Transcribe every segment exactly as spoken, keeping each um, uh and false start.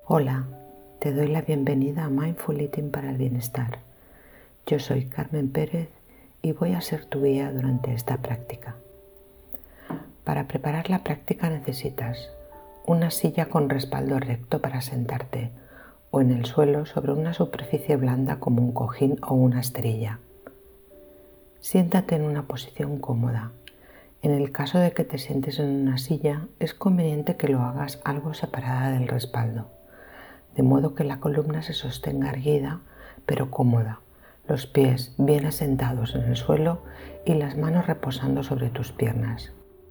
Hola, te doy la bienvenida a Mindful Eating para el Bienestar. Yo soy Carmen Pérez y voy a ser tu guía durante esta práctica. Para preparar la práctica necesitas una silla con respaldo recto para sentarte o en el suelo sobre una superficie blanda como un cojín o una esterilla. Siéntate en una posición cómoda. En el caso de que te sientes en una silla, es conveniente que lo hagas algo separada del respaldo, de modo que la columna se sostenga erguida pero cómoda, los pies bien asentados en el suelo y las manos reposando sobre tus piernas.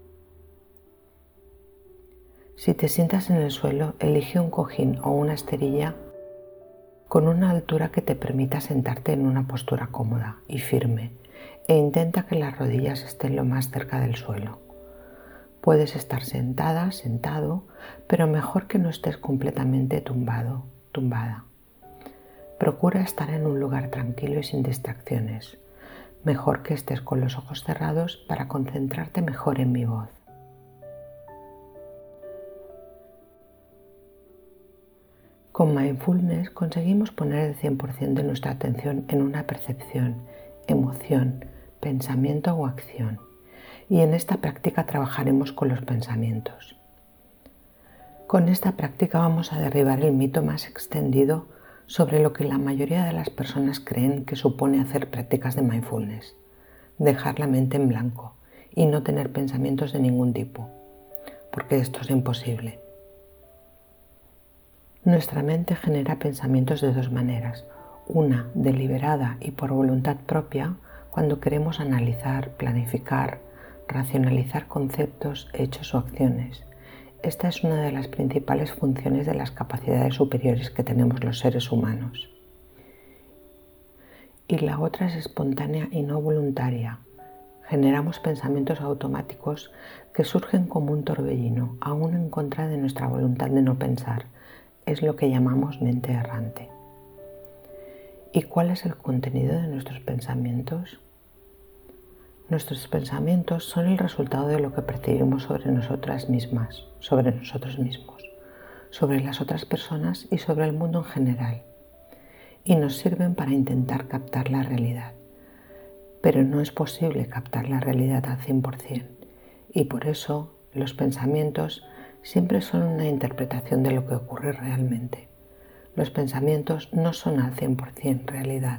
Si te sientas en el suelo, elige un cojín o una esterilla con una altura que te permita sentarte en una postura cómoda y firme e intenta que las rodillas estén lo más cerca del suelo. Puedes estar sentada, sentado, pero mejor que no estés completamente tumbado, tumbada. Procura estar en un lugar tranquilo y sin distracciones. Mejor que estés con los ojos cerrados para concentrarte mejor en mi voz. Con mindfulness conseguimos poner el cien por ciento de nuestra atención en una percepción, emoción, pensamiento o acción. Y en esta práctica trabajaremos con los pensamientos. Con esta práctica vamos a derribar el mito más extendido sobre lo que la mayoría de las personas creen que supone hacer prácticas de mindfulness: dejar la mente en blanco y no tener pensamientos de ningún tipo, porque esto es imposible. Nuestra mente genera pensamientos de dos maneras: una deliberada y por voluntad propia, cuando queremos analizar, planificar, racionalizar conceptos, hechos o acciones. Esta es una de las principales funciones de las capacidades superiores que tenemos los seres humanos. Y la otra es espontánea y no voluntaria. Generamos pensamientos automáticos que surgen como un torbellino, aún en contra de nuestra voluntad de no pensar. Es lo que llamamos mente errante. ¿Y cuál es el contenido de nuestros pensamientos? Nuestros pensamientos son el resultado de lo que percibimos sobre nosotras mismas, sobre nosotros mismos, sobre las otras personas y sobre el mundo en general. Y nos sirven para intentar captar la realidad. Pero no es posible captar la realidad al cien por ciento. Y por eso los pensamientos siempre son una interpretación de lo que ocurre realmente. Los pensamientos no son al cien por ciento realidad.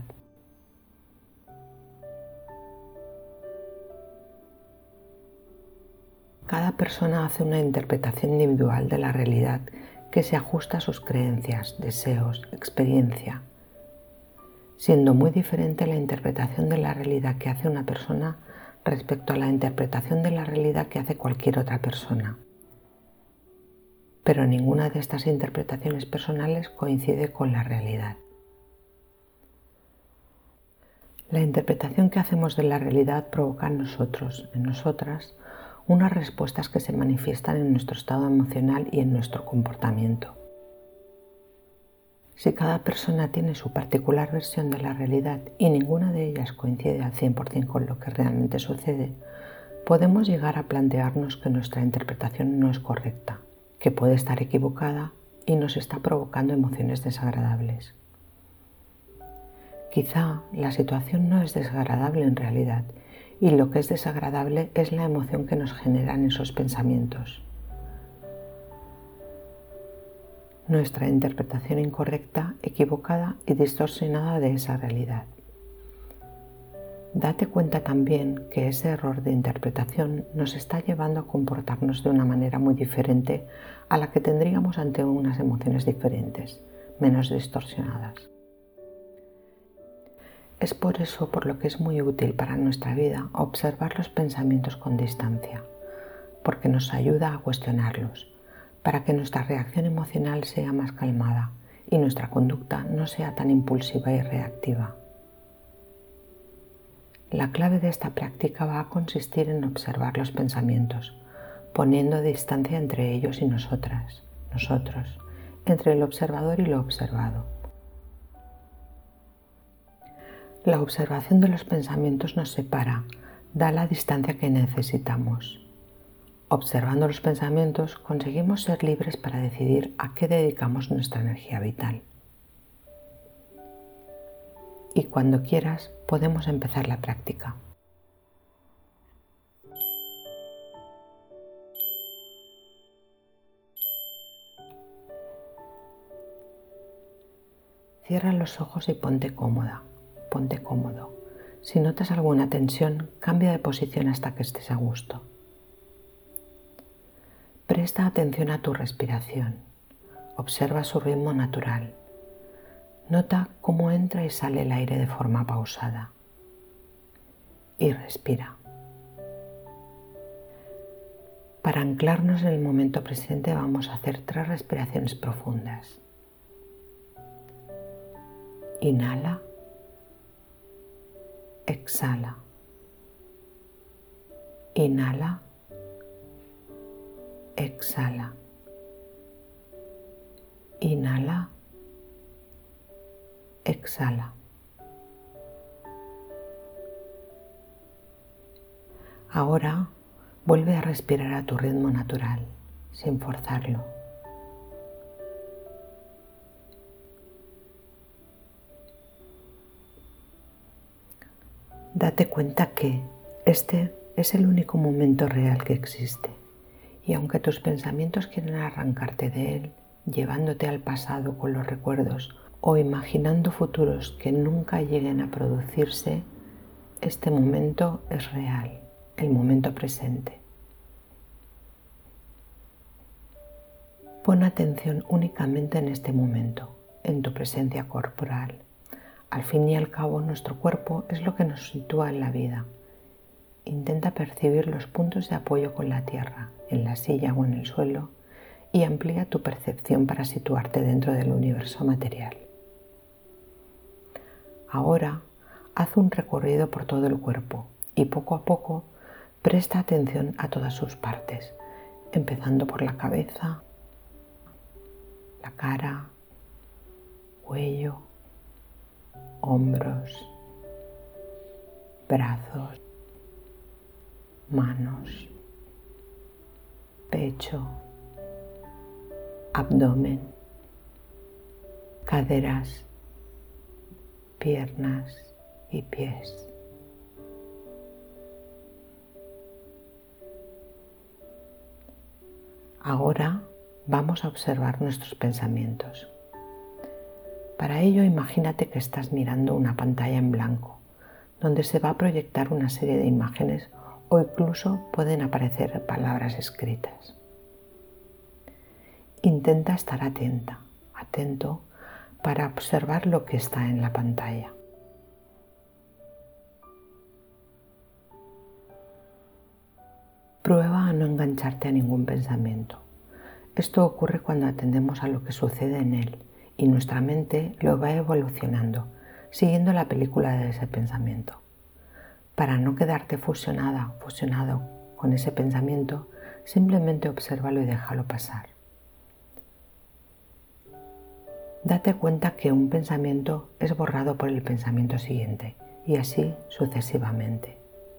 Cada persona hace una interpretación individual de la realidad que se ajusta a sus creencias, deseos, experiencia, siendo muy diferente la interpretación de la realidad que hace una persona respecto a la interpretación de la realidad que hace cualquier otra persona. Pero ninguna de estas interpretaciones personales coincide con la realidad. La interpretación que hacemos de la realidad provoca en nosotros, en nosotras, unas respuestas que se manifiestan en nuestro estado emocional y en nuestro comportamiento. Si cada persona tiene su particular versión de la realidad y ninguna de ellas coincide al cien por ciento con lo que realmente sucede, podemos llegar a plantearnos que nuestra interpretación no es correcta, que puede estar equivocada y nos está provocando emociones desagradables. Quizá la situación no es desagradable en realidad, y lo que es desagradable es la emoción que nos generan esos pensamientos. Nuestra interpretación incorrecta, equivocada y distorsionada de esa realidad. Date cuenta también que ese error de interpretación nos está llevando a comportarnos de una manera muy diferente a la que tendríamos ante unas emociones diferentes, menos distorsionadas. Es por eso por lo que es muy útil para nuestra vida observar los pensamientos con distancia, porque nos ayuda a cuestionarlos, para que nuestra reacción emocional sea más calmada y nuestra conducta no sea tan impulsiva y reactiva. La clave de esta práctica va a consistir en observar los pensamientos, poniendo distancia entre ellos y nosotras, nosotros, entre el observador y lo observado. La observación de los pensamientos nos separa, da la distancia que necesitamos. Observando los pensamientos conseguimos ser libres para decidir a qué dedicamos nuestra energía vital. Y cuando quieras podemos empezar la práctica. Cierra los ojos y ponte cómoda, ponte cómodo. Si notas alguna tensión, cambia de posición hasta que estés a gusto. Presta atención a tu respiración. Observa su ritmo natural. Nota cómo entra y sale el aire de forma pausada. Y respira. Para anclarnos en el momento presente vamos a hacer tres respiraciones profundas. Inhala. Exhala. Inhala. Exhala. Inhala. Exhala. Ahora vuelve a respirar a tu ritmo natural, sin forzarlo. Date cuenta que este es el único momento real que existe. Y aunque tus pensamientos quieren arrancarte de él, llevándote al pasado con los recuerdos o imaginando futuros que nunca lleguen a producirse, este momento es real, el momento presente. Pon atención únicamente en este momento, en tu presencia corporal. Al fin y al cabo, nuestro cuerpo es lo que nos sitúa en la vida. Intenta percibir los puntos de apoyo con la tierra, en la silla o en el suelo, y amplía tu percepción para situarte dentro del universo material. Ahora, haz un recorrido por todo el cuerpo y poco a poco presta atención a todas sus partes, empezando por la cabeza, la cara, cuello, hombros, brazos, manos, pecho, abdomen, caderas, piernas y pies. Ahora vamos a observar nuestros pensamientos. Para ello, imagínate que estás mirando una pantalla en blanco, donde se va a proyectar una serie de imágenes o incluso pueden aparecer palabras escritas. Intenta estar atenta, atento, para observar lo que está en la pantalla. Prueba a no engancharte a ningún pensamiento. Esto ocurre cuando atendemos a lo que sucede en él y nuestra mente lo va evolucionando, siguiendo la película de ese pensamiento. Para no quedarte fusionada, fusionado con ese pensamiento, simplemente obsérvalo y déjalo pasar. Date cuenta que un pensamiento es borrado por el pensamiento siguiente y así sucesivamente.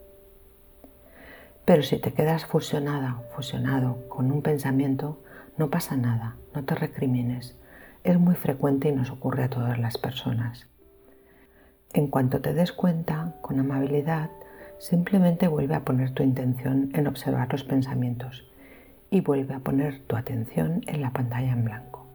Pero si te quedas fusionada, fusionado con un pensamiento, no pasa nada, no te recrimines. Es muy frecuente y nos ocurre a todas las personas. En cuanto te des cuenta, con amabilidad, simplemente vuelve a poner tu intención en observar los pensamientos y vuelve a poner tu atención en la pantalla en blanco.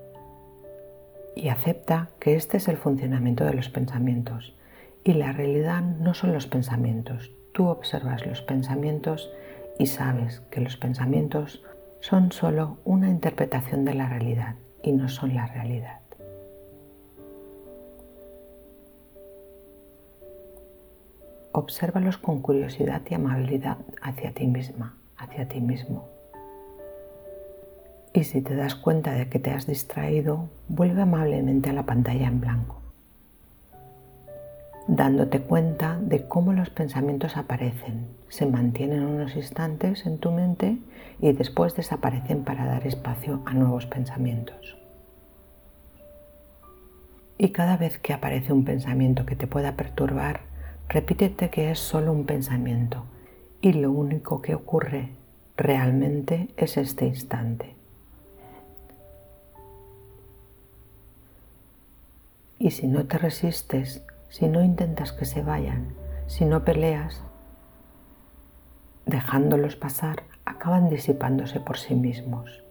Y acepta que este es el funcionamiento de los pensamientos y la realidad no son los pensamientos. Tú observas los pensamientos y sabes que los pensamientos son solo una interpretación de la realidad y no son la realidad. Obsérvalos con curiosidad y amabilidad hacia ti misma, hacia ti mismo. Y si te das cuenta de que te has distraído, vuelve amablemente a la pantalla en blanco, dándote cuenta de cómo los pensamientos aparecen, se mantienen unos instantes en tu mente y después desaparecen para dar espacio a nuevos pensamientos. Y cada vez que aparece un pensamiento que te pueda perturbar, repítete que es solo un pensamiento y lo único que ocurre realmente es este instante. Y si no te resistes, si no intentas que se vayan, si no peleas, dejándolos pasar, acaban disipándose por sí mismos.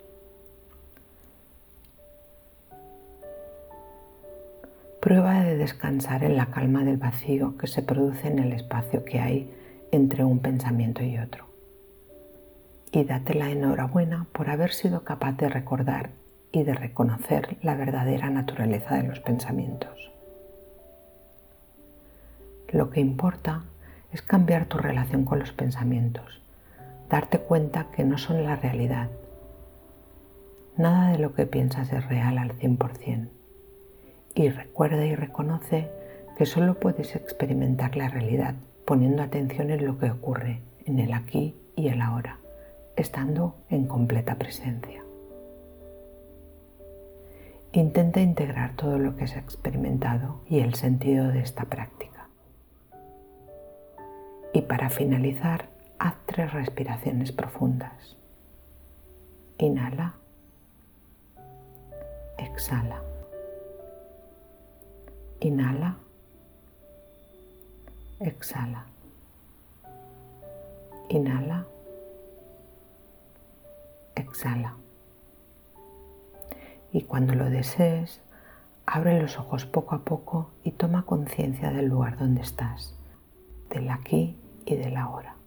Prueba de descansar en la calma del vacío que se produce en el espacio que hay entre un pensamiento y otro. Y date la enhorabuena por haber sido capaz de recordar y de reconocer la verdadera naturaleza de los pensamientos. Lo que importa es cambiar tu relación con los pensamientos, darte cuenta que no son la realidad. Nada de lo que piensas es real al cien por ciento. Y recuerda y reconoce que solo puedes experimentar la realidad poniendo atención en lo que ocurre en el aquí y el ahora, estando en completa presencia. Intenta integrar todo lo que has experimentado y el sentido de esta práctica. Y para finalizar, haz tres respiraciones profundas. Inhala. Exhala. Inhala. Exhala. Inhala. Exhala. Y cuando lo desees, abre los ojos poco a poco y toma conciencia del lugar donde estás, del aquí y del ahora.